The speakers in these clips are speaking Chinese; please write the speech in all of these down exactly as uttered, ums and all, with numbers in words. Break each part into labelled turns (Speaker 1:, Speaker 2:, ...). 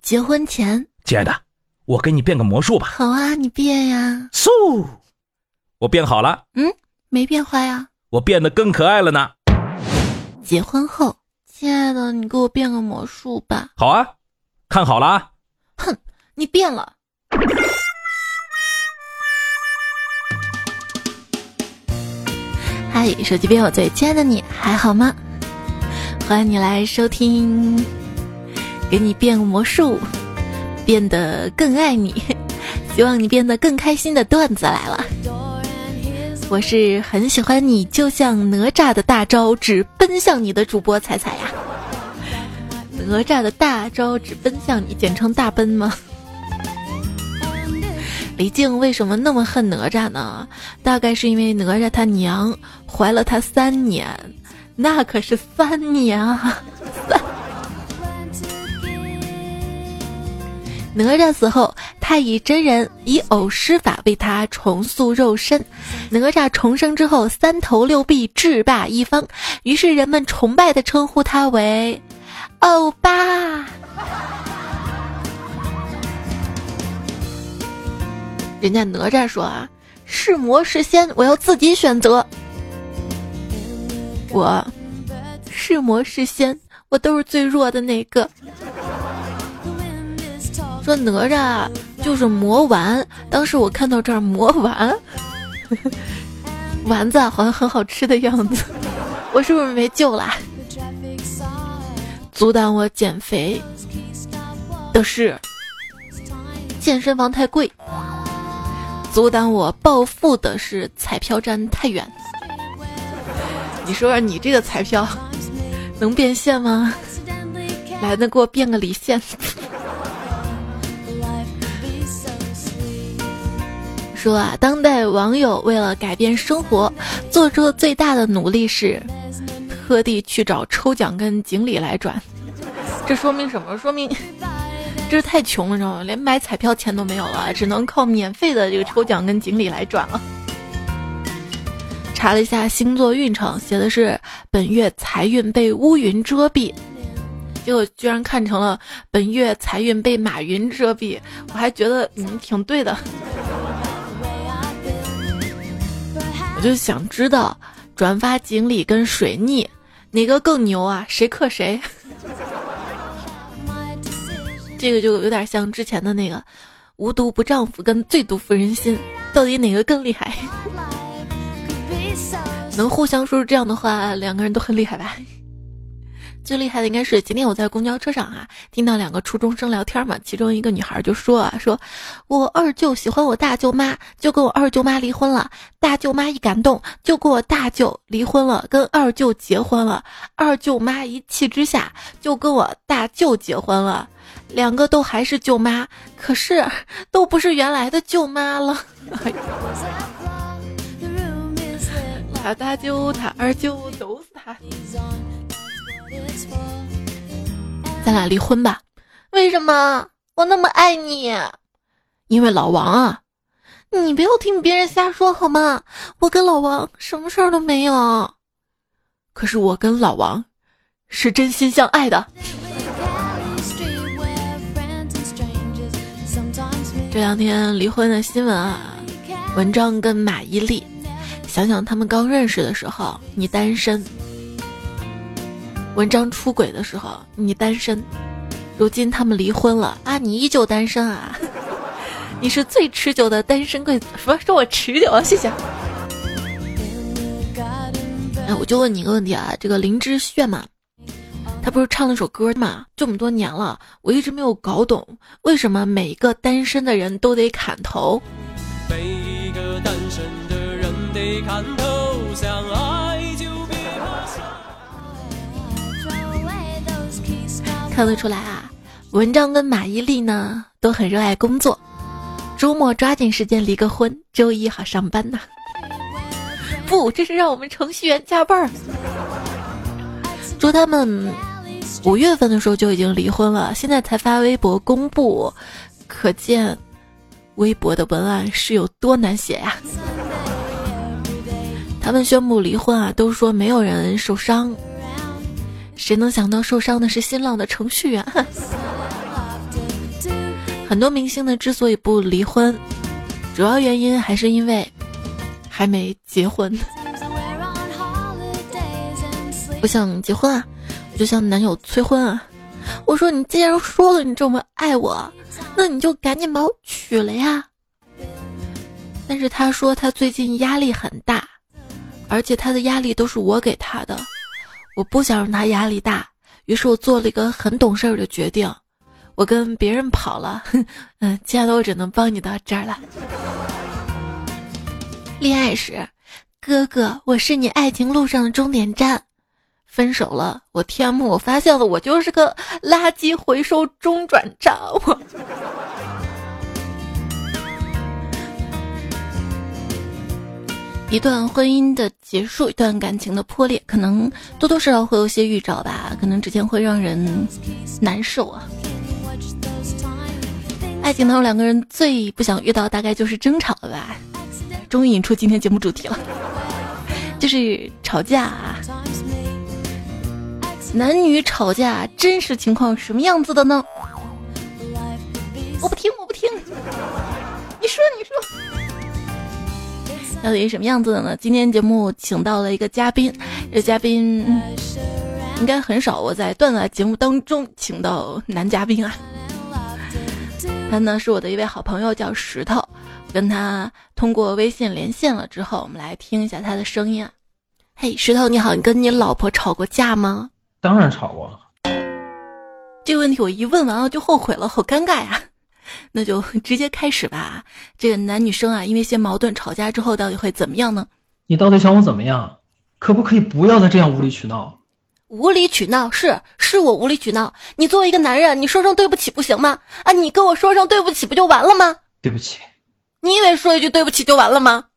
Speaker 1: 结婚前，
Speaker 2: 亲爱的，我给你变个魔术吧。
Speaker 1: 好啊，你变呀。
Speaker 2: 嗖，我变好了。
Speaker 1: 嗯，没变坏呀。
Speaker 2: 我变得更可爱了呢。
Speaker 1: 结婚后，亲爱的，你给我变个魔术吧。
Speaker 2: 好啊，看好了啊。
Speaker 1: 哼，你变了。嗨，手机边我最亲爱的你还好吗？欢迎你来收听给你变魔术变得更爱你，希望你变得更开心的段子来了。我是很喜欢你就像哪吒的大招只奔向你的主播彩彩呀。哪吒的大招只奔向你，简称大奔吗？李靖为什么那么恨哪吒呢？大概是因为哪吒他娘怀了他三年，那可是三年啊！三哪吒死后，太乙真人以偶施法为他重塑肉身。哪吒重生之后，三头六臂，制霸一方，于是人们崇拜地称呼他为欧巴。人家哪吒说啊，是魔是仙，我要自己选择。我是魔是仙，我都是最弱的那个。说哪吒就是魔丸，当时我看到这儿魔丸丸子好像很好吃的样子，我是不是没救啦？阻挡我减肥的是健身房太贵，阻挡我暴富的是彩票站太远。你说说你这个彩票能变现吗？来，那给我变个离线。说啊，当代网友为了改变生活，做出最大的努力是特地去找抽奖跟锦鲤来转。这说明什么？说明这是太穷了，知道吗？连买彩票钱都没有了，只能靠免费的这个抽奖跟锦鲤来转了。查了一下星座运程，写的是本月财运被乌云遮蔽，结果居然看成了本月财运被马云遮蔽，我还觉得嗯挺对的。我就想知道转发锦鲤跟水逆哪个更牛啊？谁克谁？这个就有点像之前的那个无毒不丈夫跟最毒妇人心，到底哪个更厉害？能互相说出这样的话，两个人都很厉害吧？最厉害的应该是今天我在公交车上啊，听到两个初中生聊天嘛，其中一个女孩就说啊，说我二舅喜欢我大舅妈，就跟我二舅妈离婚了，大舅妈一感动就跟我大舅离婚了，跟二舅结婚了，二舅妈一气之下就跟我大舅结婚了，两个都还是舅妈，可是都不是原来的舅妈了。他大舅他二舅都是他。咱俩离婚吧。为什么？我那么爱你。因为老王啊。你不要听别人瞎说好吗？我跟老王什么事儿都没有。可是我跟老王是真心相爱的。这两天离婚的新闻啊，文章跟马伊琍，想想他们刚认识的时候你单身，文章出轨的时候你单身，如今他们离婚了啊，你依旧单身啊。你是最持久的单身贵子。什么说我持久啊？谢谢。哎，我就问你一个问题啊，这个林志炫嘛，他不是唱了首歌嘛，这么多年了，我一直没有搞懂为什么每一个单身的人都得砍头。
Speaker 3: 每一个单身的人得砍头，相爱就别怕相爱。
Speaker 1: 看得出来啊，文章跟马伊琍呢都很热爱工作，周末抓紧时间离个婚，周一好上班呢。不，这是让我们程序员加班儿。说他们五月份的时候就已经离婚了，现在才发微博公布，可见微博的文案是有多难写呀。他们宣布离婚啊，都说没有人受伤，谁能想到受伤的是新浪的程序员？ 很多明星呢之所以不离婚，主要原因还是因为还没结婚。我想结婚啊，我就向男友催婚啊。我说你既然说了你这么爱我，那你就赶紧把我娶了呀。但是他说他最近压力很大，而且他的压力都是我给他的，我不想让他压力大，于是我做了一个很懂事的决定，我跟别人跑了。嗯，亲爱的，我只能帮你到这儿了。恋爱时，哥哥，我是你爱情路上的终点站。分手了，我天幕，我发现了，我就是个垃圾回收中转站。我一段婚姻的结束，一段感情的破裂，可能多多少少会有些预兆吧，可能之前会让人难受啊。爱情当中两个人最不想遇到大概就是争吵了吧。终于引出今天节目主题了，就是吵架啊。男女吵架真实情况什么样子的呢？我不听我不听，你说你说到底什么样子的呢？今天节目请到了一个嘉宾，这嘉宾应该很少我在段子节目当中请到男嘉宾啊。他呢是我的一位好朋友，叫石头，跟他通过微信连线了之后，我们来听一下他的声音啊。嘿，石头你好，你跟你老婆吵过架吗？
Speaker 4: 当然吵过。
Speaker 1: 这个问题我一问完了就后悔了，好尴尬呀。那就直接开始吧。这个男女生啊，因为一些矛盾吵架之后到底会怎么样呢？
Speaker 4: 你到底想我怎么样？可不可以不要再这样无理取闹？
Speaker 1: 无理取闹是是我无理取闹。你作为一个男人，你说声对不起不行吗？啊，你跟我说声对不起不就完了吗？
Speaker 4: 对不起。
Speaker 1: 你以为说一句对不起就完了吗？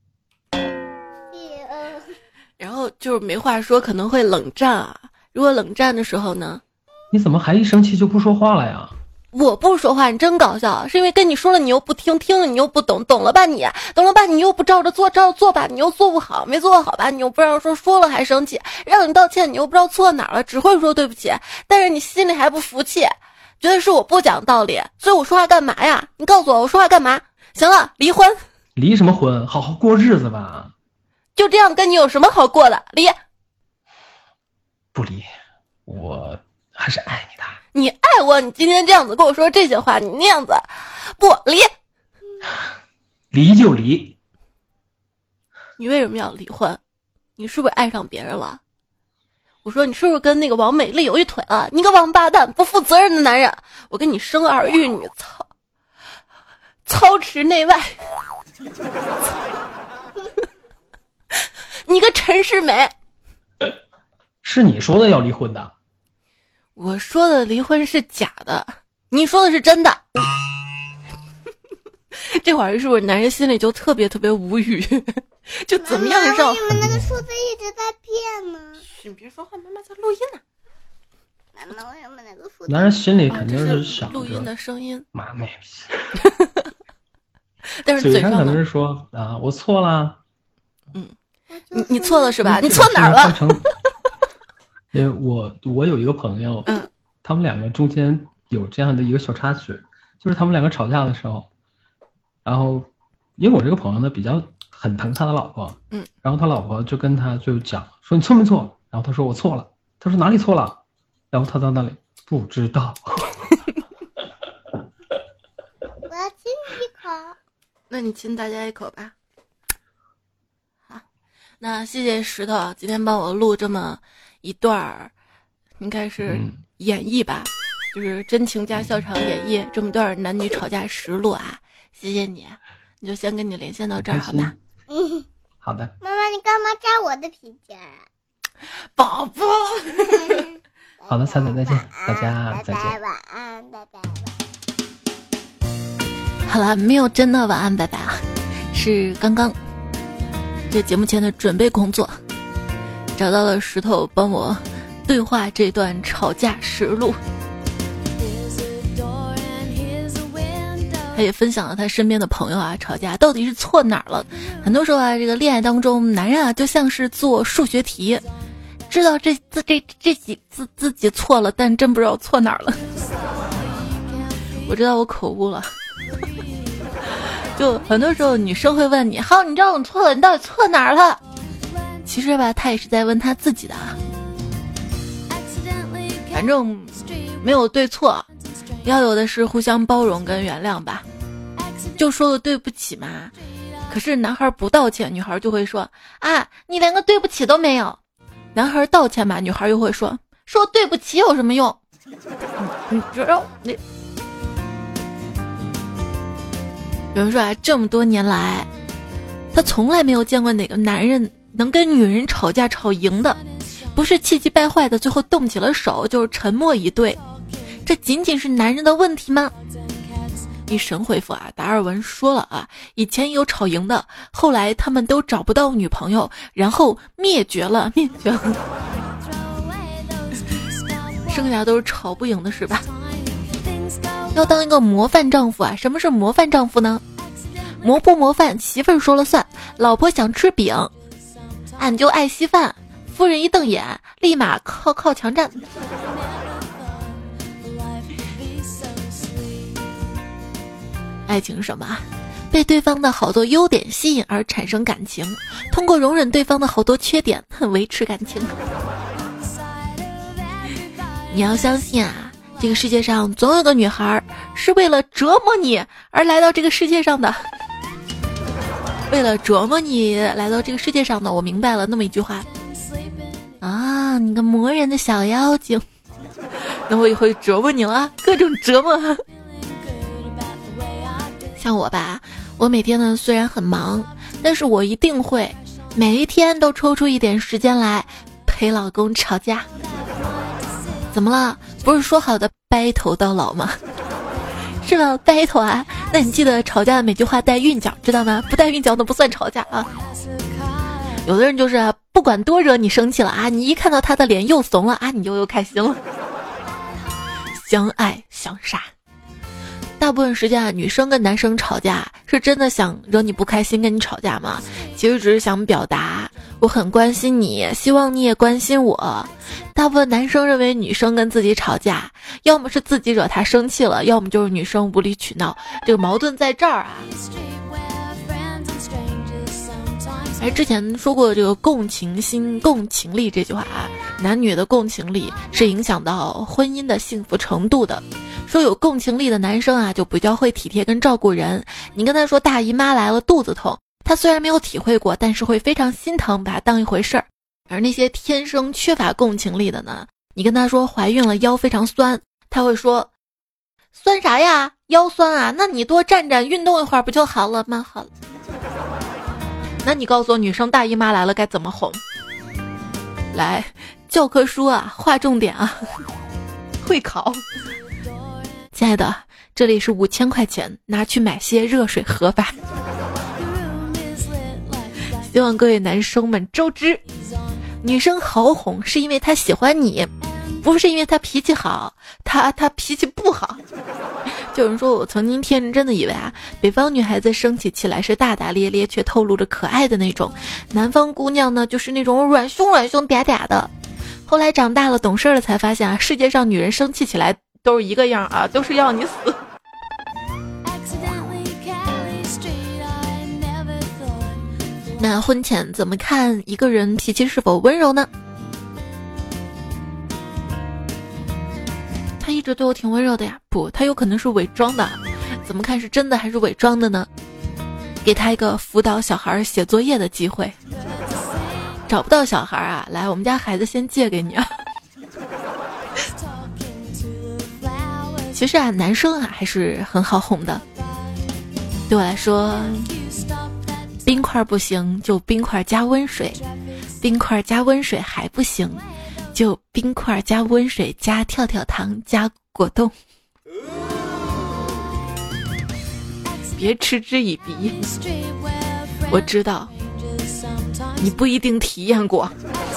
Speaker 1: 然后就是没话说，可能会冷战啊。如果冷战的时候呢？
Speaker 4: 你怎么还一生气就不说话了呀？
Speaker 1: 我不说话，你真搞笑，是因为跟你说了你又不听，听了你又不懂，懂了吧你，懂了吧你又不照着做，照着做吧你又做不好，没做好吧你又不让说，说了还生气，让你道歉你又不知道错哪了，只会说对不起，但是你心里还不服气，觉得是我不讲道理，所以我说话干嘛呀？你告诉我我说话干嘛？行了，离婚。
Speaker 4: 离什么婚？好好过日子吧。
Speaker 1: 就这样跟你有什么好过的？离。
Speaker 4: 不离，我还是爱你的。
Speaker 1: 你爱我，你今天这样子跟我说这些话，你那样子不离。
Speaker 4: 离就离。
Speaker 1: 你为什么要离婚？你是不是爱上别人了？我说你是不是跟那个王美丽有一腿了？你个王八蛋，不负责任的男人！我跟你生儿育女，操，操持内外。你个陈世美。
Speaker 4: 是你说的要离婚的。
Speaker 1: 我说的离婚是假的，你说的是真的。这会儿是不是男人心里就特别特别无语？就怎么样让
Speaker 5: 为什么那个数字一直在变呢？
Speaker 1: 你别说话，妈妈在录音呢。
Speaker 5: 妈妈，为什么那个数字？
Speaker 4: 男人心里肯定是想着、
Speaker 1: 哦、录音的声音。
Speaker 4: 妈妹。
Speaker 1: 但是嘴上
Speaker 4: 肯定是说啊，我错了。
Speaker 1: 嗯，你你错了是吧？你错哪儿了？
Speaker 4: 因为我我有一个朋友，
Speaker 1: 嗯，
Speaker 4: 他们两个中间有这样的一个小插曲，就是他们两个吵架的时候，然后因为我这个朋友呢比较很疼他的老婆，
Speaker 1: 嗯，
Speaker 4: 然后他老婆就跟他就讲说你错没错，然后他说我错了，他说哪里错了，然后他到那里不知道。
Speaker 5: 我要亲你一口。
Speaker 1: 那你亲大家一口吧。好，那谢谢石头今天帮我录这么一段儿，应该是演绎吧、嗯、就是真情加笑场演绎这么段男女吵架实录啊，谢谢你，你就先跟你连线到这儿好吧。
Speaker 5: 嗯，
Speaker 4: 好的。
Speaker 5: 妈妈你干嘛扎我的皮筋啊？
Speaker 1: 宝宝。
Speaker 4: 好的，彩彩再见，大家再见，
Speaker 5: 拜拜，晚安，拜拜。
Speaker 1: 好了，没有真的晚安拜拜啊，是刚刚这节目前的准备工作，找到了石头帮我对话这段吵架实录。他也分享了他身边的朋友啊，吵架到底是错哪儿了。很多时候啊，这个恋爱当中，男人啊就像是做数学题，知道这这这这几自自己错了，但真不知道错哪儿了。 我知道我口误了。就很多时候女生会问你，好，你知道我错了，你到底错哪儿了？其实吧，她也是在问她自己的啊。反正没有对错，要有的是互相包容跟原谅吧。就说个对不起嘛，可是男孩不道歉，女孩就会说啊，你连个对不起都没有。男孩道歉嘛，女孩又会说说对不起有什么用？你知道你。有人说啊，这么多年来，他从来没有见过哪个男人能跟女人吵架吵赢的，不是气急败坏的最后动起了手，就是沉默以对。这仅仅是男人的问题吗？一神回复啊，达尔文说了啊，以前有吵赢的，后来他们都找不到女朋友，然后灭绝了，灭绝了，剩下都是吵不赢的是吧？要当一个模范丈夫啊，什么是模范丈夫呢？模不模范，媳妇儿说了算。老婆想吃饼，俺就爱稀饭。夫人一瞪眼，立马靠靠墙站。爱情是什么？被对方的好多优点吸引而产生感情，通过容忍对方的好多缺点维持感情。你要相信啊，这个世界上总有个女孩是为了折磨你而来到这个世界上的。为了折磨你来到这个世界上的，我明白了那么一句话啊，你个磨人的小妖精，那我也会折磨你了，各种折磨。像我吧，我每天呢虽然很忙，但是我一定会每一天都抽出一点时间来陪老公吵架。怎么了？不是说好的白头到老吗？是吧？白头啊！那你记得吵架的每句话带韵脚，知道吗？不带韵脚的不算吵架啊。有的人就是不管多惹你生气了啊，你一看到他的脸又怂了啊，你就又开心了。相爱相杀。大部分时间啊，女生跟男生吵架是真的想惹你不开心跟你吵架吗？其实只是想表达我很关心你，希望你也关心我。大部分男生认为女生跟自己吵架，要么是自己惹他生气了，要么就是女生无理取闹。这个矛盾在这儿啊。哎，之前说过这个共情心、共情力这句话啊，男女的共情力是影响到婚姻的幸福程度的。说有共情力的男生啊，就比较会体贴跟照顾人。你跟他说大姨妈来了肚子痛，他虽然没有体会过，但是会非常心疼，把它当一回事儿。而那些天生缺乏共情力的呢，你跟他说怀孕了腰非常酸，他会说酸啥呀，腰酸啊，那你多站站运动一会儿不就好了吗？好了，那你告诉我女生大姨妈来了该怎么哄？来，教科书啊，划重点啊，会考。亲爱的，这里是五千块钱，拿去买些热水喝吧。希望各位男生们周知，女生好哄是因为她喜欢你，不是因为她脾气好，她她脾气不好。有人说我曾经天真的以为啊，北方女孩子生起气来是大大咧咧却透露着可爱的那种，南方姑娘呢就是那种软凶软凶嗲嗲的。后来长大了懂事了才发现啊，世界上女人生气起来都是一个样啊，都是要你死。那婚前怎么看一个人脾气是否温柔呢？他一直对我挺温柔的呀，不，他有可能是伪装的。怎么看是真的还是伪装的呢？给他一个辅导小孩写作业的机会。找不到小孩啊，来，我们家孩子先借给你啊。其实啊，男生啊还是很好哄的。对我来说，冰块不行，就冰块加温水；冰块加温水还不行，就冰块加温水加跳跳糖加果冻。别嗤之以鼻，我知道你不一定体验过。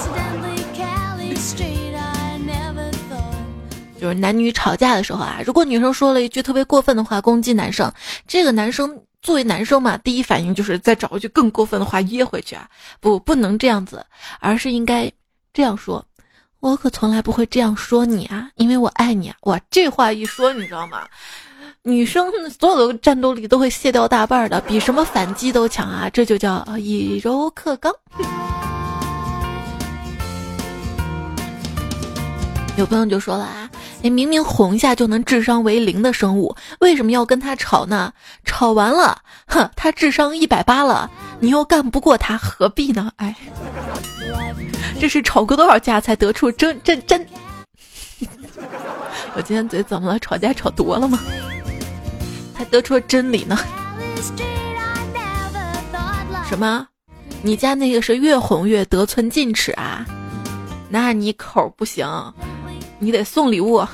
Speaker 1: 就是男女吵架的时候啊，如果女生说了一句特别过分的话攻击男生，这个男生作为男生嘛，第一反应就是再找一句更过分的话噎回去啊，不，不能这样子，而是应该这样说：我可从来不会这样说你啊，因为我爱你啊。哇，这话一说，你知道吗？ 女生所有的战斗力都会卸掉大半的，比什么反击都强啊！这就叫以柔克刚。有朋友就说了啊，哎，明明哄一下就能智商为零的生物，为什么要跟他吵呢？吵完了，哼，他智商一百八了，你又干不过他，何必呢？哎，这是吵过多少架才得出真真真？我今天嘴怎么了？吵架吵多了吗？才得出了真理呢？什么？你家那个是越哄越得寸进尺啊？那你口不行，你得送礼物。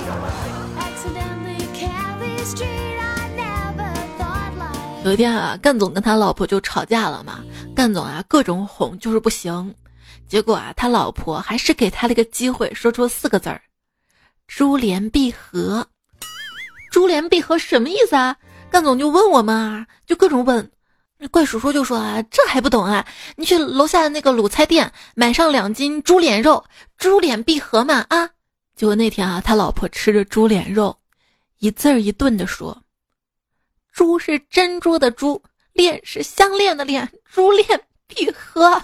Speaker 1: 有一天啊，干总跟他老婆就吵架了嘛。干总啊，各种哄就是不行，结果啊，他老婆还是给他了个机会，说出四个字儿：珠联璧合。珠联璧合什么意思啊？干总就问我们啊，就各种问。怪叔叔就说啊，这还不懂啊？你去楼下的那个卤菜店买上两斤猪脸肉，珠联璧合嘛啊！结果那天啊，他老婆吃着猪脸肉，一字儿一顿的说：珠是珍珠的珠，链是项链的链，珠联璧合。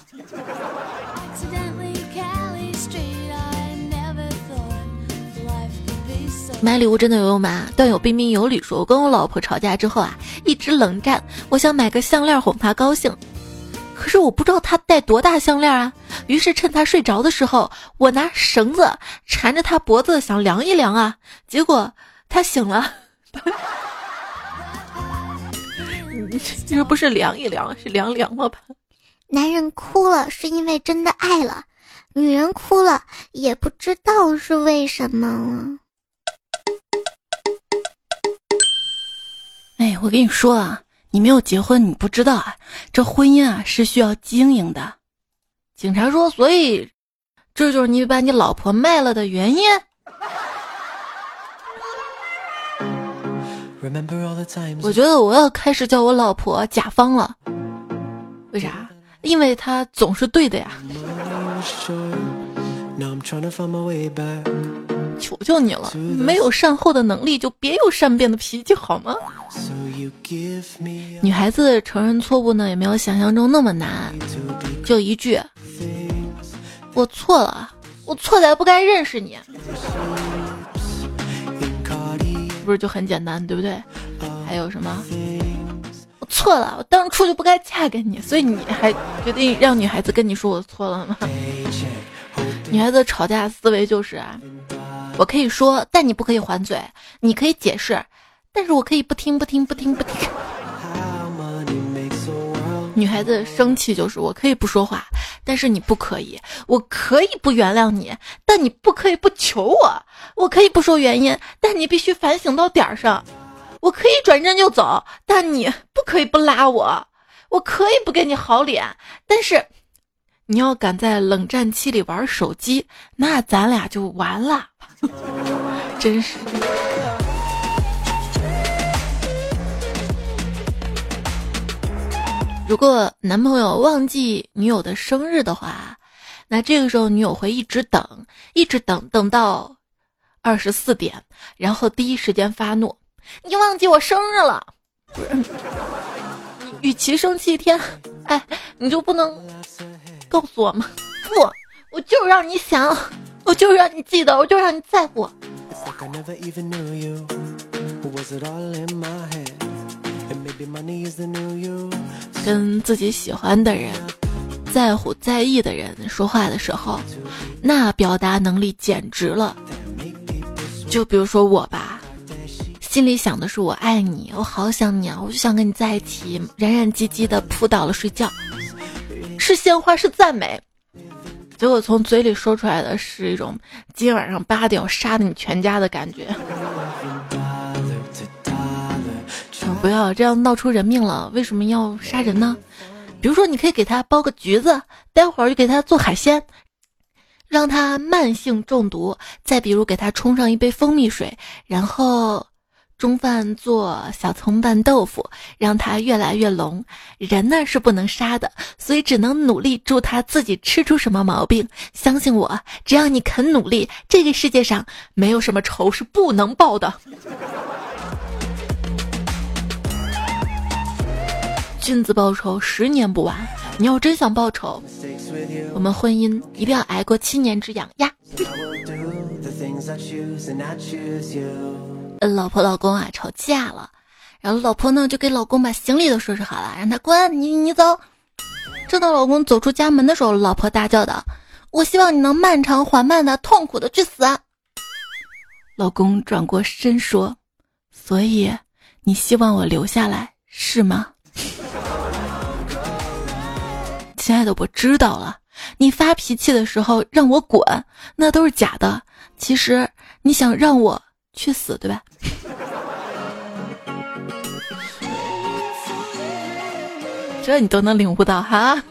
Speaker 1: 买礼物真的有用吗？段友彬彬有礼说，我跟我老婆吵架之后啊，一直冷战，我想买个项链哄她高兴，可是我不知道她戴多大项链啊，于是趁她睡着的时候，我拿绳子缠着她脖子想量一量啊，结果她醒了。这不是量一量，是量量了吧？
Speaker 5: 男人哭了是因为真的爱了，女人哭了也不知道是为什么了。
Speaker 1: 哎，我跟你说啊，你没有结婚你不知道啊，这婚姻啊是需要经营的。警察说，所以这就是你把你老婆卖了的原因。我觉得我要开始叫我老婆甲方了。为啥？因为她总是对的呀。求求你了，没有善后的能力就别有善变的脾气好吗？女孩子承认错误呢，也没有想象中那么难，就一句：我错了，我错在不该认识你。不是就很简单，对不对？还有什么？我错了，我当初就不该嫁给你，所以你还决定让女孩子跟你说我错了吗？女孩子吵架思维就是啊，我可以说，但你不可以还嘴；你可以解释，但是我可以不听不听不听不听。女孩子生气就是我可以不说话，但是你不可以；我可以不原谅你，但你不可以不求我；我可以不说原因，但你必须反省到点儿上；我可以转身就走，但你不可以不拉我；我可以不给你好脸，但是你要敢在冷战期里玩手机，那咱俩就完了。真是。如果男朋友忘记女友的生日的话，那这个时候女友会一直等，一直等，等到二十四点，然后第一时间发怒：你忘记我生日了！不是，与其生气一天，哎，你就不能告诉我吗？不，我就让你想，我就让你记得，我就让你在乎。跟自己喜欢的人、在乎在意的人说话的时候，那表达能力简直了。就比如说我吧，心里想的是我爱你，我好想你啊，我就想跟你在一起，燃燃唧唧的扑倒了睡觉，是鲜花是赞美，结果从嘴里说出来的是一种今天晚上八点我杀了你全家的感觉。不要这样闹出人命了，为什么要杀人呢？比如说你可以给他剥个橘子，待会儿就给他做海鲜，让他慢性中毒，再比如给他冲上一杯蜂蜜水，然后中饭做小葱拌豆腐，让他越来越聋。人呢是不能杀的，所以只能努力祝他自己吃出什么毛病。相信我，只要你肯努力，这个世界上没有什么仇是不能报的。 君子报仇，十年不晚。你要真想报仇，我们婚姻一定要挨过七年之痒呀。老婆老公啊吵架了，然后老婆呢就给老公把行李都收拾好了，让他滚，你你走。正当老公走出家门的时候，老婆大叫道：我希望你能漫长缓慢的痛苦的去死。老公转过身说：所以你希望我留下来是吗？亲爱的，我知道了，你发脾气的时候让我滚那都是假的，其实你想让我去死，对吧？这你都能领悟到哈。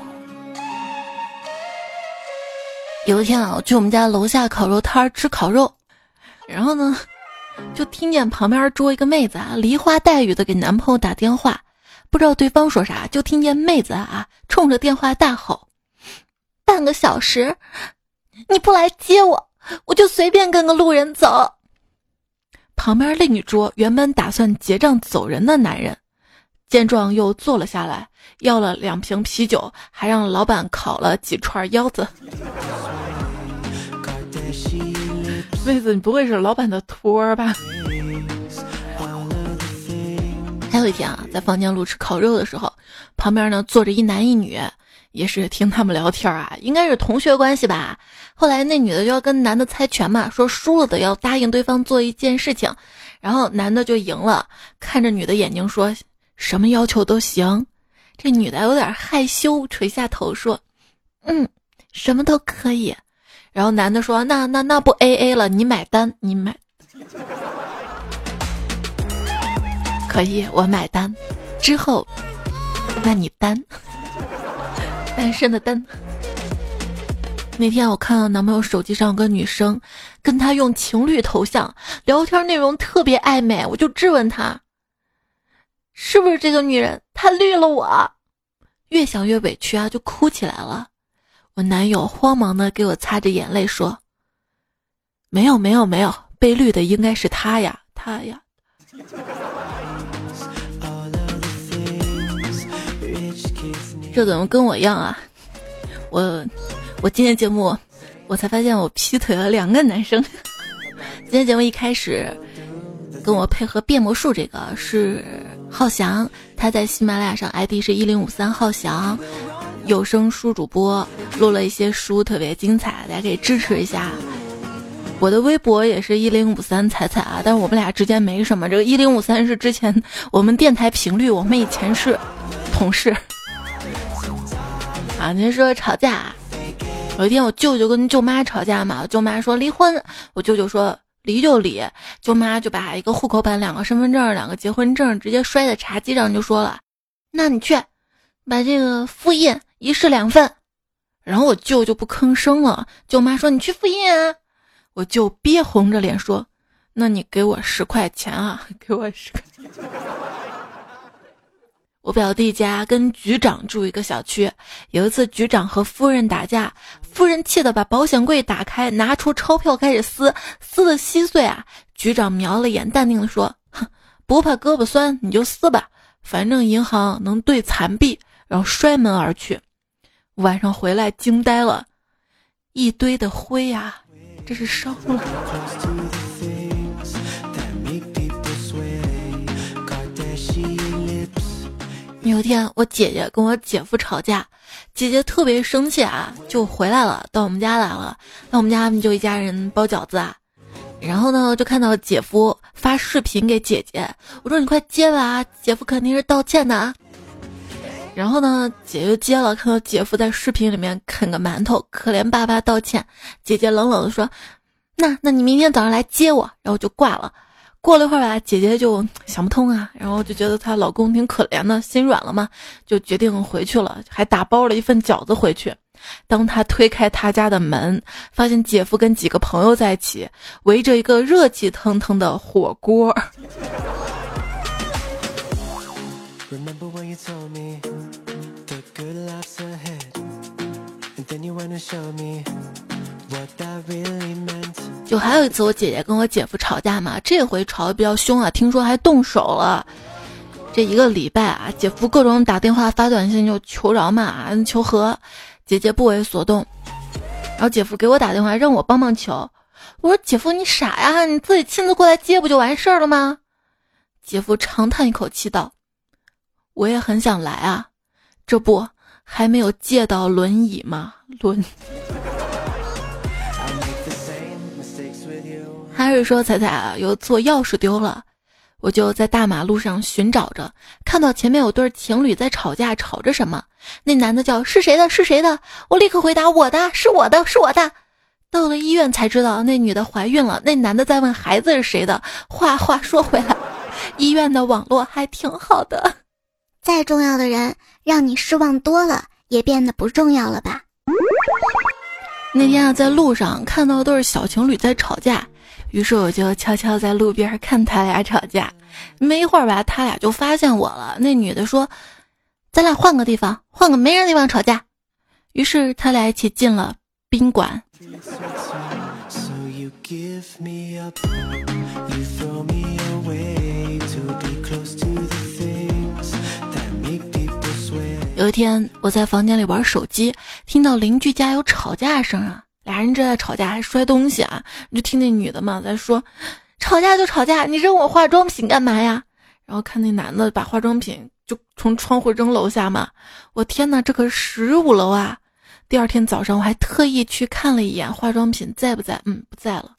Speaker 1: 有一天啊，我去我们家楼下烤肉摊吃烤肉，然后呢就听见旁边桌一个妹子啊梨花带雨的给男朋友打电话，不知道对方说啥，就听见妹子啊冲着电话大吼：半个小时你不来接我，我就随便跟个路人走。旁边另一桌原本打算结账走人的男人见状又坐了下来，要了两瓶啤酒，还让老板烤了几串腰子。妹子，你不会是老板的托儿吧？还有一天啊，在房间路吃烤肉的时候，旁边呢坐着一男一女，也是听他们聊天啊，应该是同学关系吧。后来那女的就要跟男的猜拳嘛，说输了的要答应对方做一件事情，然后男的就赢了，看着女的眼睛说什么要求都行。这女的有点害羞，垂下头说嗯，什么都可以。然后男的说那那那不 A A 了，你买单，你买可以，我买单。之后那你单单身的单。那天我看到男朋友手机上有个女生跟他用情侣头像聊天，内容特别暧昧，我就质问他是不是这个女人她绿了我。越想越委屈啊，就哭起来了。我男友慌忙的给我擦着眼泪说没有没有没有，被绿的应该是他呀他呀。这怎么跟我一样啊？我我今天节目我才发现我劈腿了两个男生。今天节目一开始跟我配合变魔术这个是浩翔，他在喜马拉雅上 I D 是一零五三浩翔，有声书主播，录了一些书特别精彩，大家可以支持一下。我的微博也是一零五三彩彩啊，但是我们俩之间没什么，这个一零五三是之前我们电台频率，我们以前是同事啊。您说吵架，有一天我舅舅跟舅妈吵架嘛，舅妈说离婚，我舅舅说离就离，舅妈就把一个户口本、两个身份证、两个结婚证直接摔在茶几上，就说了那你去把这个复印一式两份。然后我舅就不吭声了，舅妈说你去复印啊，我舅憋红着脸说那你给我十块钱啊，给我十块钱。我表弟家跟局长住一个小区，有一次局长和夫人打架，夫人气得把保险柜打开，拿出钞票开始撕，撕得稀碎啊。局长瞄了眼，淡定地说哼，不怕胳膊酸你就撕吧，反正银行能兑残币，然后摔门而去。晚上回来惊呆了，一堆的灰啊，这是烧了。有一天我姐姐跟我姐夫吵架，姐姐特别生气啊，就回来了，到我们家来了。那我们家就一家人包饺子啊，然后呢就看到姐夫发视频给姐姐，我说你快接吧，姐夫肯定是道歉的啊。然后呢姐就接了，看到姐夫在视频里面啃个馒头，可怜巴巴道歉。姐姐冷冷的说那那你明天早上来接我，然后就挂了。过了一会儿吧，姐姐就想不通啊，然后就觉得她老公挺可怜的，心软了嘛，就决定回去了，还打包了一份饺子回去。当她推开她家的门，发现姐夫跟几个朋友在一起，围着一个热气腾腾的火锅。就还有一次我姐姐跟我姐夫吵架嘛，这回吵得比较凶啊，听说还动手了。 这一个礼拜啊，姐夫各种打电话发短信就求饶嘛，求和，姐姐不为所动。然后姐夫给我打电话让我帮忙求，我说姐夫你傻呀，你自己亲自过来接不就完事儿了吗？姐夫长叹一口气道，我也很想来啊，这不还没有借到轮椅吗？轮还是说彩彩啊，有错钥匙丢了，我就在大马路上寻找着，看到前面有对情侣在吵架，吵着什么。那男的叫是谁的是谁的，我立刻回答我的是我的是我的。到了医院才知道那女的怀孕了，那男的在问孩子是谁的。话话说回来，医院的网络还挺好的。
Speaker 5: 再重要的人让你失望多了，也变得不重要了吧。
Speaker 1: 那天啊，在路上看到对小情侣在吵架，于是我就悄悄在路边看他俩吵架。没一会儿吧，他俩就发现我了。那女的说，咱俩换个地方，换个没人地方吵架。于是他俩一起进了宾馆。有一天我在房间里玩手机，听到邻居家有吵架声啊，俩人正在吵架还摔东西啊，就听那女的嘛在说，吵架就吵架，你扔我化妆品干嘛呀？然后看那男的把化妆品就从窗户扔楼下嘛，我天哪，这可是十五楼啊！第二天早上我还特意去看了一眼化妆品在不在，嗯，不在了。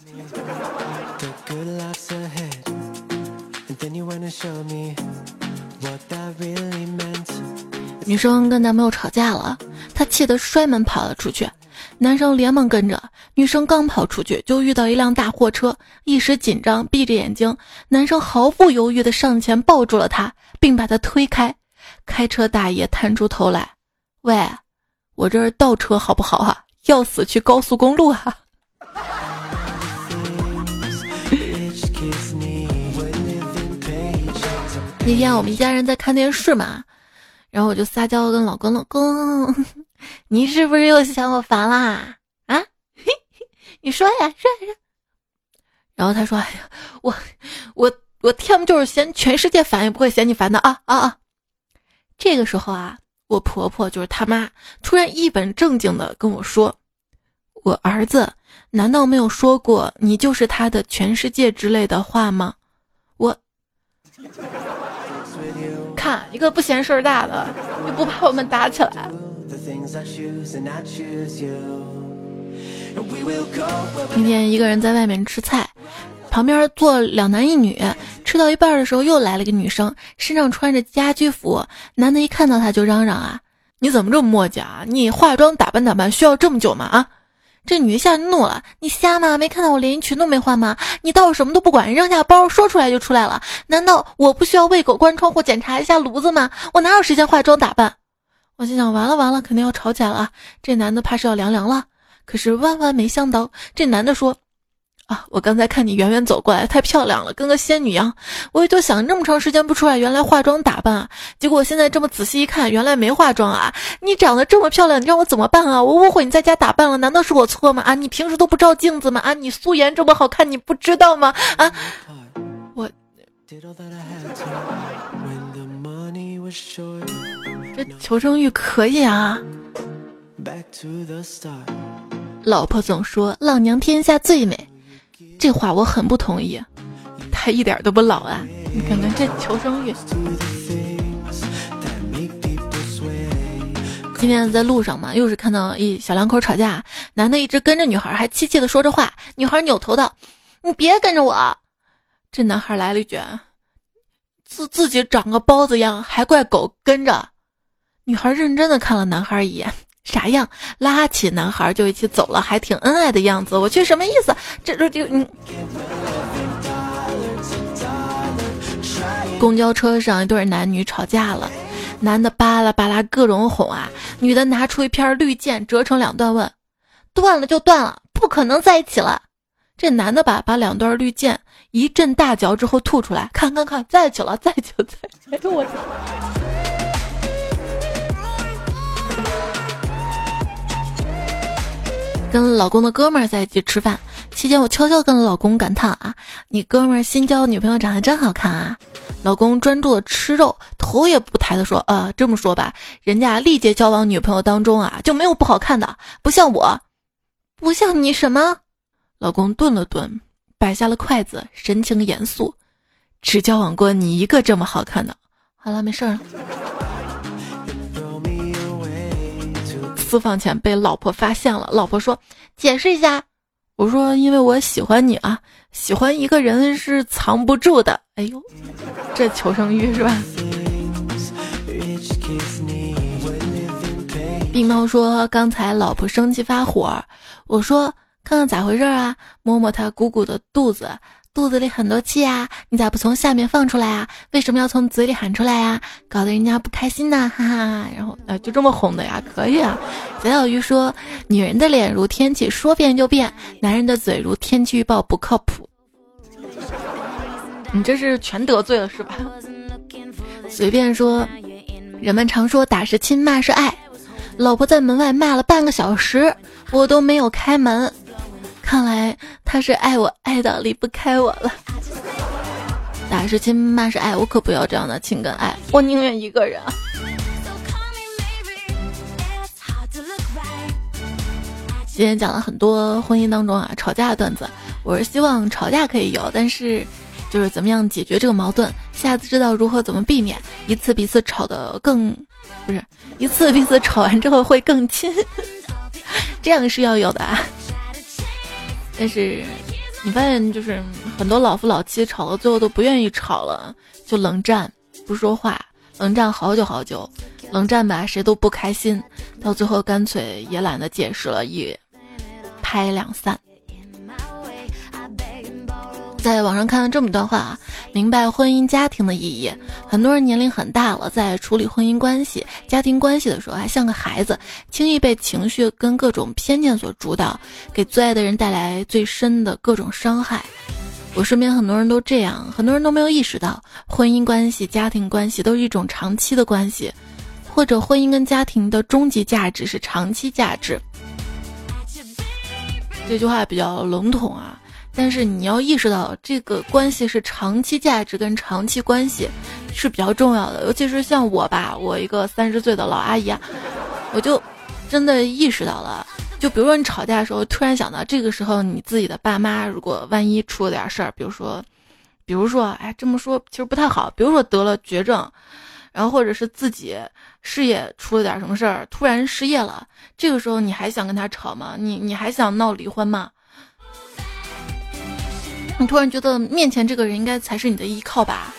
Speaker 1: 女生跟男朋友吵架了，她气得摔门跑了出去，男生连忙跟着，女生刚跑出去就遇到一辆大货车，一时紧张闭着眼睛，男生毫不犹豫地上前抱住了她，并把她推开。开车大爷探出头来，喂，我这儿倒车好不好啊？要死去高速公路啊！那天我们一家人在看电视嘛，然后我就撒娇跟老公，老公，你是不是又嫌我烦啦？啊，你说呀，说呀说。然后他说，哎呀，我我我天，就是嫌全世界烦，也不会嫌你烦的啊啊啊！这个时候啊，我婆婆就是他妈，突然一本正经的跟我说，我儿子难道没有说过你就是他的全世界之类的话吗？我看一个不嫌事儿大的，又不怕我们打起来。今天一个人在外面吃菜，旁边坐两男一女，吃到一半的时候又来了个女生，身上穿着家居服，男的一看到她就嚷嚷啊，你怎么这么磨叽啊？你化妆打扮打扮需要这么久吗？啊！这女一下就怒了，你瞎吗？没看到我连衣裙都没换吗？你倒是什么都不管，扔下包说出来就出来了，难道我不需要喂狗关窗户检查一下炉子吗？我哪有时间化妆打扮？我心想，完了完了，肯定要吵起来了，这男的怕是要凉凉了。可是万万没想到，这男的说，啊，我刚才看你远远走过来，太漂亮了，跟个仙女一样。我也就想这么长时间不出来，原来化妆打扮啊。结果我现在这么仔细一看，原来没化妆啊。你长得这么漂亮，你让我怎么办啊？我误会你在家打扮了，难道是我错吗？啊，你平时都不照镜子吗？啊，你素颜这么好看，你不知道吗？啊，我这求生欲可以啊。老婆总说老娘天下最美，这话我很不同意，他一点都不老啊！你看看这求生欲。今天在路上嘛，又是看到一小两口吵架，男的一直跟着女孩，还气气的说着话，女孩扭头道，你别跟着我。这男孩来了一句，自自己长个包子样还怪狗跟着。女孩认真的看了男孩一眼，啥样，拉起男孩就一起走了，还挺恩爱的样子。我去，什么意思？这这这嗯。公交车上一对男女吵架了，男的巴拉巴拉各种哄啊，女的拿出一片绿箭折成两段问，断了就断了，不可能在一起了。这男的吧，把两段绿箭一阵大嚼之后吐出来，看看看，在一起了，在一起了，在一起了。哎呦我天！跟老公的哥们儿在一起吃饭期间，我悄悄跟老公感叹啊，你哥们儿新交女朋友长得真好看啊。 老公专注的吃肉，头也不抬的说：“呃，这么说吧，人家历届交往女朋友当中啊，就没有不好看的，不像我，不像你什么？”老公顿了顿，摆下了筷子，神情严肃：“只交往过你一个这么好看的。好了，没事了。”私房钱被老婆发现了，老婆说：“解释一下。”我说：“因为我喜欢你啊，喜欢一个人是藏不住的。”哎呦，这求生欲是吧？病猫说：“刚才老婆生气发火，我说看看咋回事啊？摸摸她鼓鼓的肚子。”肚子里很多气啊，你咋不从下面放出来啊？为什么要从嘴里喊出来啊？搞得人家不开心呢，哈哈。然后呃，就这么哄的呀，可以啊。小小鱼说，女人的脸如天气，说变就变；男人的嘴如天气预报，不靠谱。你这是全得罪了是吧？随便说，人们常说打是亲，骂是爱。老婆在门外骂了半个小时，我都没有开门。看来他是爱我爱到离不开我了。打是亲，骂是爱，我可不要这样的情跟爱，我宁愿一个人。今天讲了很多婚姻当中啊吵架的段子，我是希望吵架可以有，但是就是怎么样解决这个矛盾，下次知道如何怎么避免一次比一次吵得更不是一次比一次吵完之后会更亲，这样是要有的啊。但是你发现就是很多老夫老妻吵到最后都不愿意吵了，就冷战不说话，冷战好久好久，冷战吧谁都不开心，到最后干脆也懒得解释了，一拍两散。在网上看了这么一段话，明白婚姻家庭的意义。很多人年龄很大了，在处理婚姻关系家庭关系的时候还像个孩子，轻易被情绪跟各种偏见所主导，给最爱的人带来最深的各种伤害。我身边很多人都这样，很多人都没有意识到婚姻关系家庭关系都是一种长期的关系，或者婚姻跟家庭的终极价值是长期价值。这句话比较笼统啊，但是你要意识到这个关系是长期价值跟长期关系是比较重要的。尤其是像我吧，我一个三十岁的老阿姨啊，我就真的意识到了，就比如说你吵架的时候突然想到这个时候你自己的爸妈如果万一出了点事儿，比如说比如说哎这么说其实不太好，比如说得了绝症，然后或者是自己事业出了点什么事儿突然失业了，这个时候你还想跟他吵吗？你你还想闹离婚吗？你突然觉得面前这个人应该才是你的依靠吧。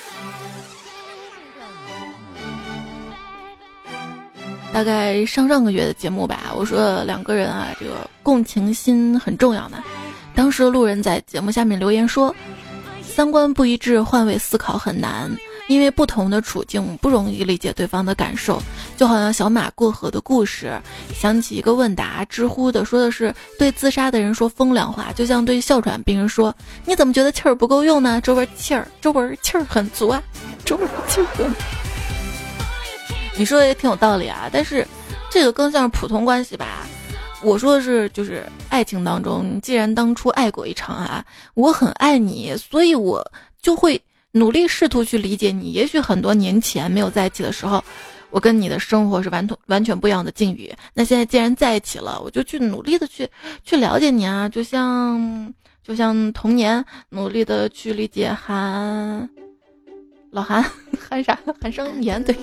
Speaker 1: 大概上上个月的节目吧，我说两个人啊这个共情心很重要嘛。当时路人在节目下面留言说，三观不一致换位思考很难，因为不同的处境不容易理解对方的感受。就好像小马过河的故事，想起一个问答，知乎的说的是对自杀的人说风凉话，就像对哮喘病人说你怎么觉得气儿不够用呢？周围气儿周围气儿很足啊，周围气儿很你说的也挺有道理啊，但是这个更像是普通关系吧。我说的是就是爱情当中，既然当初爱过一场啊，我很爱你，所以我就会努力试图去理解你。也许很多年前没有在一起的时候，我跟你的生活是完全完全不一样的境遇，那现在既然在一起了，我就去努力的去去了解你啊，就像就像童年努力的去理解韩老韩韩啥韩商言，对。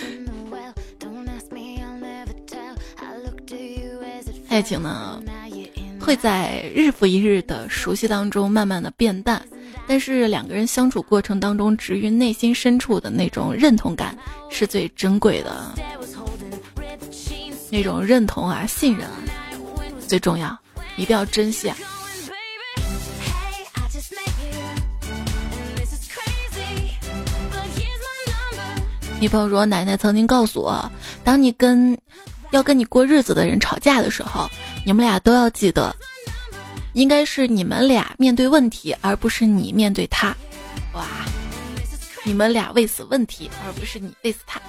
Speaker 1: 爱情呢会在日复一日的熟悉当中慢慢的变淡，但是两个人相处过程当中植于内心深处的那种认同感是最珍贵的，那种认同啊信任啊最重要，一定要珍惜啊。女朋友说，奶奶曾经告诉我，当你跟要跟你过日子的人吵架的时候，你们俩都要记得，应该是你们俩面对问题，而不是你面对他。哇，你们俩为死问题，而不是你为死他。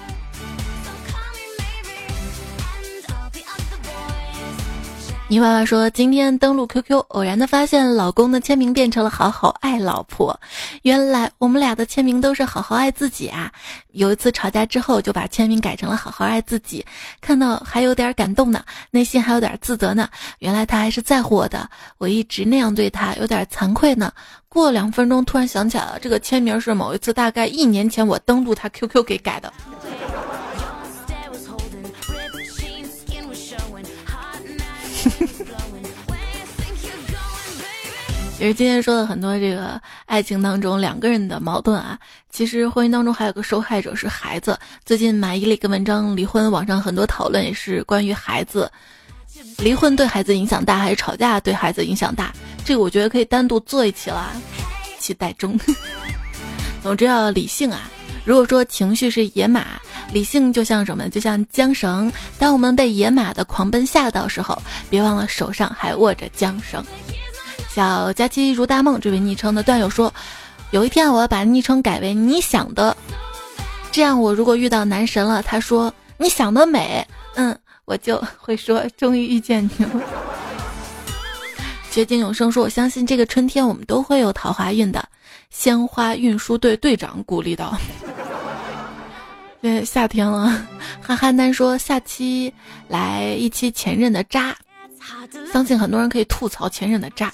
Speaker 1: 泥娃娃说，今天登录 Q Q， 偶然的发现老公的签名变成了好好爱老婆，原来我们俩的签名都是好好爱自己啊。有一次吵架之后就把签名改成了好好爱自己，看到还有点感动呢，内心还有点自责呢，原来他还是在乎我的，我一直那样对他有点惭愧呢。过两分钟突然想起来了，这个签名是某一次大概一年前我登录他 Q Q 给改的。其实今天说了很多这个爱情当中两个人的矛盾啊，其实婚姻当中还有个受害者是孩子。最近马伊琍一个文章离婚，网上很多讨论也是关于孩子，离婚对孩子影响大还是吵架对孩子影响大，这个我觉得可以单独做一期啦，期待中。总之要理性啊，如果说情绪是野马，理性就像什么，就像缰绳，当我们被野马的狂奔吓到时候，别忘了手上还握着缰绳。小佳期如大梦这位昵称的段友说，有一天我要把昵称改为你想的，这样我如果遇到男神了，他说你想得美，嗯，我就会说终于遇见你了。绝境永生说，我相信这个春天我们都会有桃花运的。鲜花运输队队长鼓励道，对，夏天了。哈哈丹说，下期来一期前任的渣，相信很多人可以吐槽前任的渣。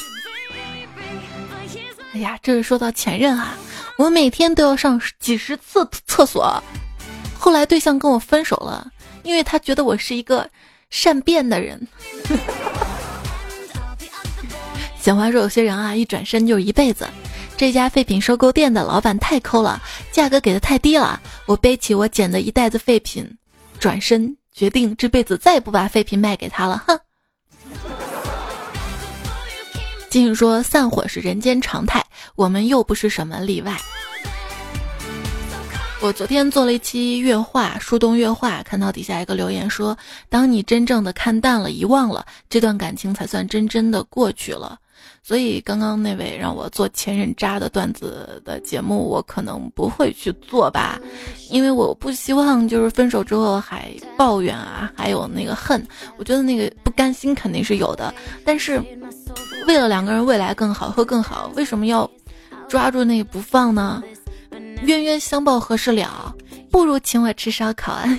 Speaker 1: 哎呀，这是说到前任啊，我每天都要上几十次厕所。后来对象跟我分手了，因为他觉得我是一个善变的人。闲话说，有些人啊，一转身就是一辈子。这家废品收购店的老板太抠了，价格给的太低了。我背起我捡的一袋子废品，转身决定这辈子再也不把废品卖给他了。哼。金宇说，散伙是人间常态，我们又不是什么例外。我昨天做了一期月话，树洞月话，看到底下一个留言说，当你真正的看淡了遗忘了，这段感情才算真真的过去了。所以刚刚那位让我做前任渣的段子的节目，我可能不会去做吧，因为我不希望就是分手之后还抱怨啊，还有那个恨，我觉得那个不甘心肯定是有的，但是为了两个人未来更好会更好，为什么要抓住那个不放呢？冤冤相报何时了，不如请我吃烧烤啊。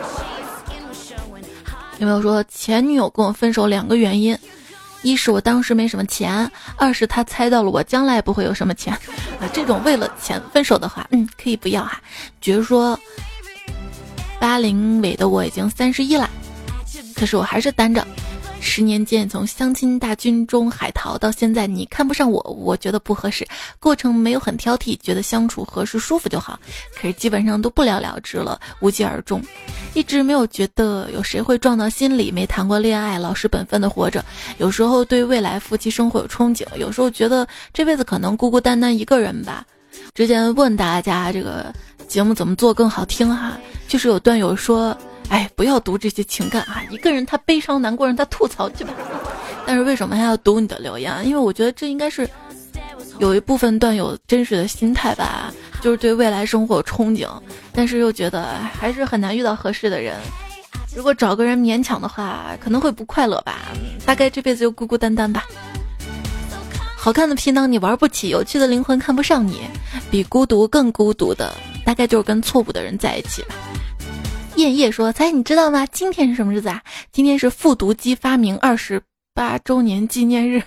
Speaker 1: 有没有说前女友跟我分手两个原因，一是我当时没什么钱，二是他猜到了我将来不会有什么钱啊。这种为了钱分手的话，嗯，可以不要哈。比如说八零尾的我已经三十一了，可是我还是单着。十年间从相亲大军中海淘到现在，你看不上我，我觉得不合适，过程没有很挑剔，觉得相处合适舒服就好，可是基本上都不了了之了，无疾而终。一直没有觉得有谁会撞到心里，没谈过恋爱，老实本分的活着，有时候对未来夫妻生活有憧憬，有时候觉得这辈子可能孤孤单单一个人吧。之前问大家这个节目怎么做更好听哈，就是有段友说，哎，不要读这些情感啊！一个人他悲伤难过，让他吐槽去吧。但是为什么还要读你的留言？因为我觉得这应该是有一部分段友真实的心态吧，就是对未来生活有憧憬，但是又觉得还是很难遇到合适的人。如果找个人勉强的话，可能会不快乐吧，大概这辈子就孤孤单单吧。好看的皮囊你玩不起，有趣的灵魂看不上你，比孤独更孤独的，大概就是跟错误的人在一起吧。燕叶说，猜你知道吗？今天是什么日子啊？今天是复读机发明二十八周年纪念日。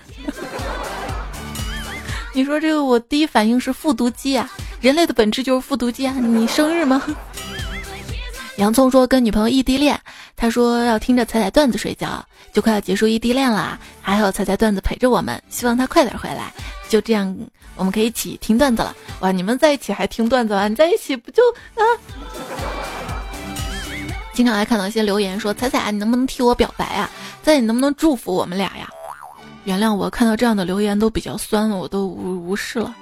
Speaker 1: 你说这个，我第一反应是复读机啊，人类的本质就是复读机啊，你生日吗？洋葱说跟女朋友异地恋，他说要听着彩彩段子睡觉，就快要结束异地恋啦，还有彩彩段子陪着我们，希望他快点回来，就这样我们可以一起听段子了。哇，你们在一起还听段子啊？你在一起不就啊？经常还看到一些留言说，彩彩啊，你能不能替我表白啊？彩彩你能不能祝福我们俩呀？原谅我看到这样的留言都比较酸，我都无无视了。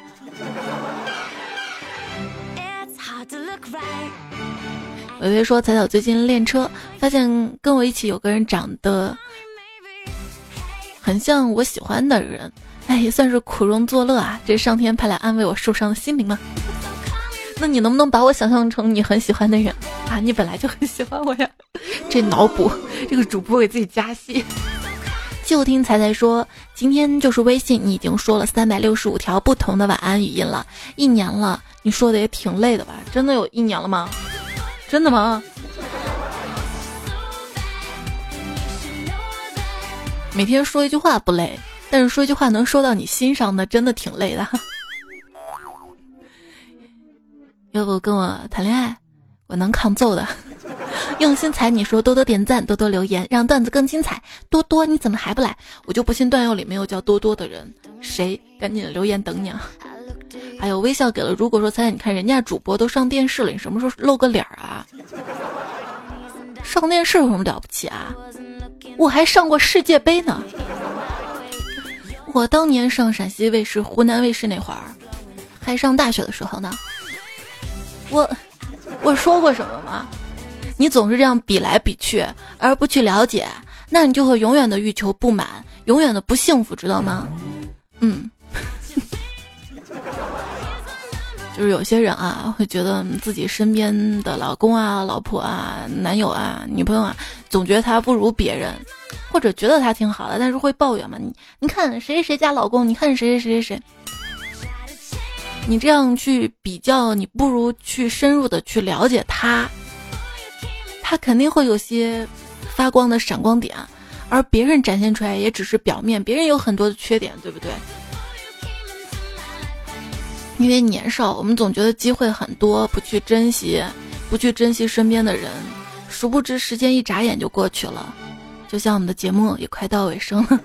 Speaker 1: 微微说，彩彩最近练车，发现跟我一起有个人长得很像我喜欢的人，哎，也算是苦中作乐啊，这上天派来安慰我受伤的心灵吗？那你能不能把我想象成你很喜欢的人啊？你本来就很喜欢我呀。这脑补，这个主播给自己加戏。 就听彩彩说，今天就是微信你已经说了三百六十五条不同的晚安语音了，一年了，你说的也挺累的吧？真的有一年了吗？真的吗？每天说一句话不累，但是说一句话能说到你心上的，真的挺累的。要不跟我谈恋爱，我能抗揍的。用心踩你说多多点赞，多多留言，让段子更精彩。多多你怎么还不来？我就不信段友里没有叫多多的人，谁赶紧留言等你啊！还有微笑给了，如果说彩彩你看人家主播都上电视了，你什么时候露个脸啊？上电视有什么了不起啊？我还上过世界杯呢。我当年上陕西卫视、湖南卫视那会儿，还上大学的时候呢。我我说过什么吗？你总是这样比来比去，而不去了解，那你就会永远的欲求不满，永远的不幸福，知道吗？嗯，就是有些人啊，会觉得自己身边的老公啊、老婆啊、男友啊、女朋友啊，总觉得他不如别人，或者觉得他挺好的，但是会抱怨嘛。你你看谁谁谁家老公，你看谁谁谁谁谁。你这样去比较，你不如去深入的去了解他，他肯定会有些发光的闪光点，而别人展现出来也只是表面，别人有很多的缺点，对不对？因为年少，我们总觉得机会很多，不去珍惜，不去珍惜身边的人，殊不知时间一眨眼就过去了，就像我们的节目也快到尾声了。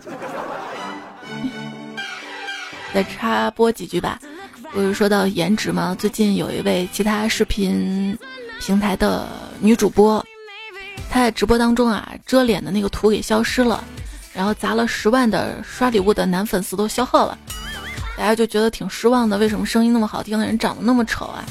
Speaker 1: 再插播几句吧。不是说到颜值吗？最近有一位其他视频平台的女主播，她在直播当中啊，遮脸的那个图给消失了，然后砸了十万的刷礼物的男粉丝都消耗了，大家就觉得挺失望的。为什么声音那么好听的人长得那么丑啊？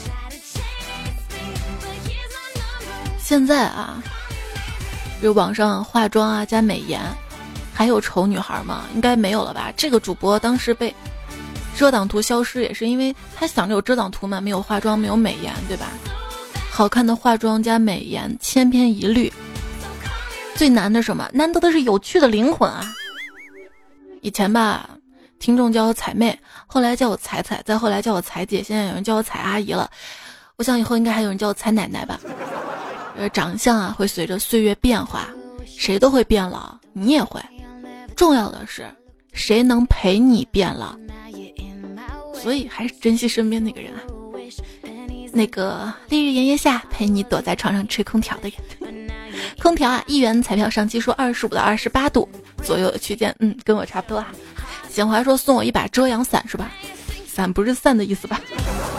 Speaker 1: 现在啊，就网上化妆啊加美颜，还有丑女孩吗？应该没有了吧？这个主播当时被遮挡图消失也是因为他想着有遮挡图嘛，没有化妆，没有美颜，对吧？好看的化妆加美颜千篇一律，最难的什么？难得的是有趣的灵魂啊！以前吧，听众叫我彩妹，后来叫我彩彩，再后来叫我彩姐，现在有人叫我彩阿姨了。我想以后应该还有人叫我彩奶奶吧。呃，长相啊会随着岁月变化，谁都会变老，你也会。重要的是，谁能陪你变老？所以还是珍惜身边那个人啊，那个烈日炎炎下陪你躲在床上吹空调的人。空调啊，一元彩票上期说二十五到二十八度左右的区间，嗯，跟我差不多啊。显华说送我一把遮阳伞是吧？伞不是散的意思吧？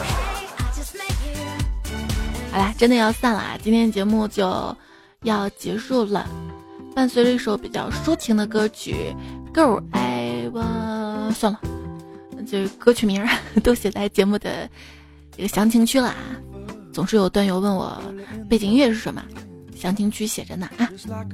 Speaker 1: 好啦，真的要散了啊！今天节目就要结束了，伴随着一首比较抒情的歌曲《Girl I Want》，算了。就是歌曲名都写在节目的这个详情区了啊。总是有段友问我背景音乐是什么，详情区写着呢啊。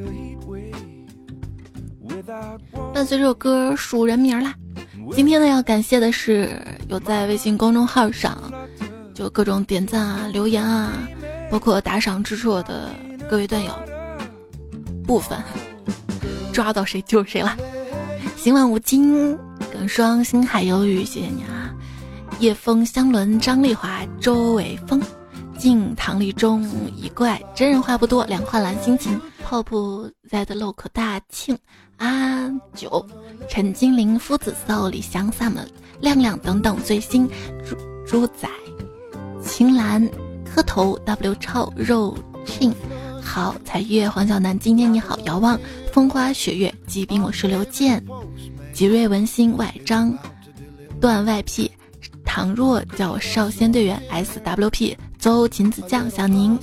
Speaker 1: 伴随这首歌数人名啦。今天呢要感谢的是有在微信公众号上就各种点赞啊、留言啊，包括打赏支持我的各位段友，部分抓到谁就是谁了。行万无金耿双星海有雨，谢谢你啊！夜风香轮张丽华周伟峰静唐丽中一怪真人话不多两画蓝心情泡泡在的漏口大庆阿九陈金玲夫子搜李香 summer 亮亮等等最新猪猪仔青蓝磕头 W 超肉庆好彩月黄小南今天你好遥望风花雪月疾病我是刘健吉瑞文心外张段外 P 倘若叫我少先队员 S W P 邹秦子酱小宁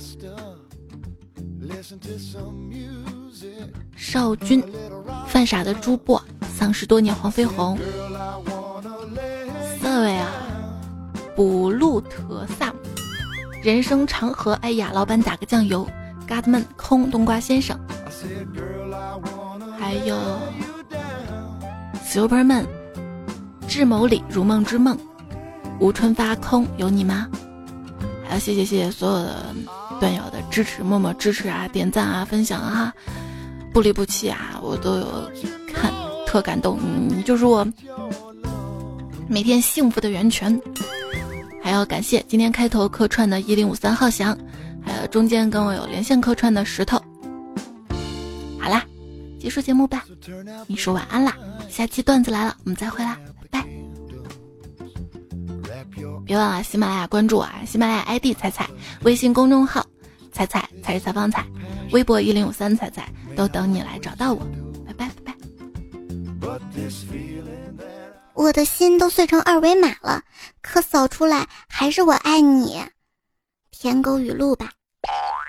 Speaker 1: 少君犯傻的朱波丧尸多年黄飞鸿四位啊布鲁特萨姆人生长河哎呀老板打个酱油 Godman 空冬瓜先生还有Superman 智谋里如梦之梦吴春发空有你吗？还要谢谢谢谢所有的段友的支持，默默支持啊，点赞啊，分享啊，不离不弃啊，我都有看。 特感动，你就是我每天幸福的源泉。还要感谢今天开头客串的一零五三号翔，还有中间跟我有连线客串的石头。好啦，结束节目吧，你说晚安啦，下期段子来了，我们再会啦，拜拜。别忘了喜马拉雅关注我啊，喜马拉雅 I D 彩彩，微信公众号彩彩才是采访彩，微博一零五三彩彩，都等你来找到我。拜拜拜拜。
Speaker 5: 我的心都碎成二维码了，可扫出来还是我爱你。舔狗语录吧。